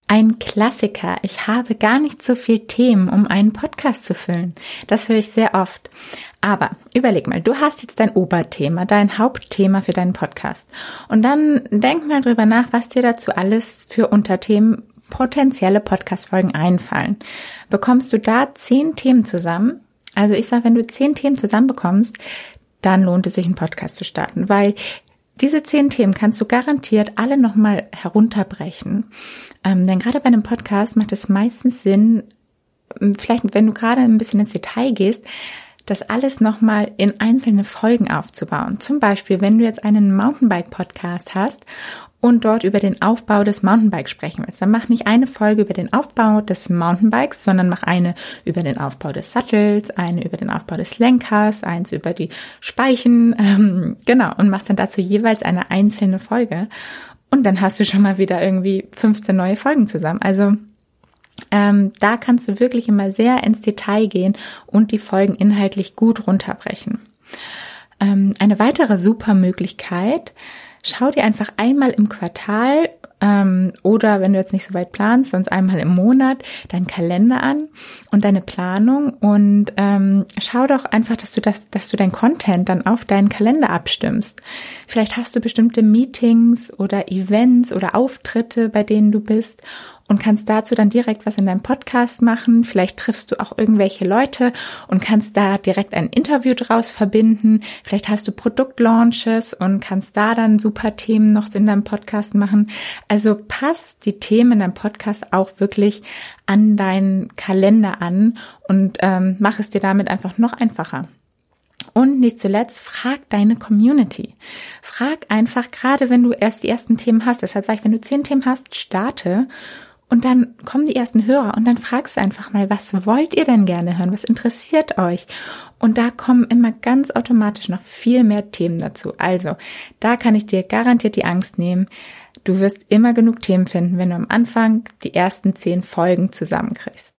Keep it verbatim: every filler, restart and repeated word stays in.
Ein Klassiker. Ich habe gar nicht so viel Themen, um einen Podcast zu füllen. Das höre ich sehr oft. Aber überleg mal, du hast jetzt dein Oberthema, dein Hauptthema für deinen Podcast. Und dann denk mal drüber nach, was dir dazu alles für Unterthemen, potenzielle Podcast-Folgen einfallen. Bekommst du da zehn Themen zusammen? Also ich sage, wenn du zehn Themen zusammenbekommst, dann lohnt es sich, einen Podcast zu starten, weil diese zehn Themen kannst du garantiert alle nochmal herunterbrechen. Ähm, denn gerade bei einem Podcast macht es meistens Sinn, vielleicht wenn du gerade ein bisschen ins Detail gehst, das alles nochmal in einzelne Folgen aufzubauen. Zum Beispiel, wenn du jetzt einen Mountainbike-Podcast hast und dort über den Aufbau des Mountainbikes sprechen willst, dann mach nicht eine Folge über den Aufbau des Mountainbikes, sondern mach eine über den Aufbau des Sattels, eine über den Aufbau des Lenkers, eins über die Speichen, ähm, genau, und machst dann dazu jeweils eine einzelne Folge. Und dann hast du schon mal wieder irgendwie fünfzehn neue Folgen zusammen. Also ähm, da kannst du wirklich immer sehr ins Detail gehen und die Folgen inhaltlich gut runterbrechen. Ähm, eine weitere super Möglichkeit: Schau dir einfach einmal im Quartal ähm, oder wenn du jetzt nicht so weit planst, sonst einmal im Monat deinen Kalender an und deine Planung und ähm, schau doch einfach, dass du das, dass du dein Content dann auf deinen Kalender abstimmst. Vielleicht hast du bestimmte Meetings oder Events oder Auftritte, bei denen du bist und kannst dazu dann direkt was in deinem Podcast machen. Vielleicht triffst du auch irgendwelche Leute und kannst da direkt ein Interview draus verbinden. Vielleicht hast du Produktlaunches und kannst da dann super Themen noch in deinem Podcast machen. Also passt die Themen in deinem Podcast auch wirklich an deinen Kalender an und ähm, mach es dir damit einfach noch einfacher. Und nicht zuletzt, frag deine Community. Frag einfach, gerade wenn du erst die ersten Themen hast, deshalb sage ich, wenn du zehn Themen hast, starte. Und dann kommen die ersten Hörer und dann fragst du einfach mal, was wollt ihr denn gerne hören? Was interessiert euch? Und da kommen immer ganz automatisch noch viel mehr Themen dazu. Also, da kann ich dir garantiert die Angst nehmen. Du wirst immer genug Themen finden, wenn du am Anfang die ersten zehn Folgen zusammenkriegst.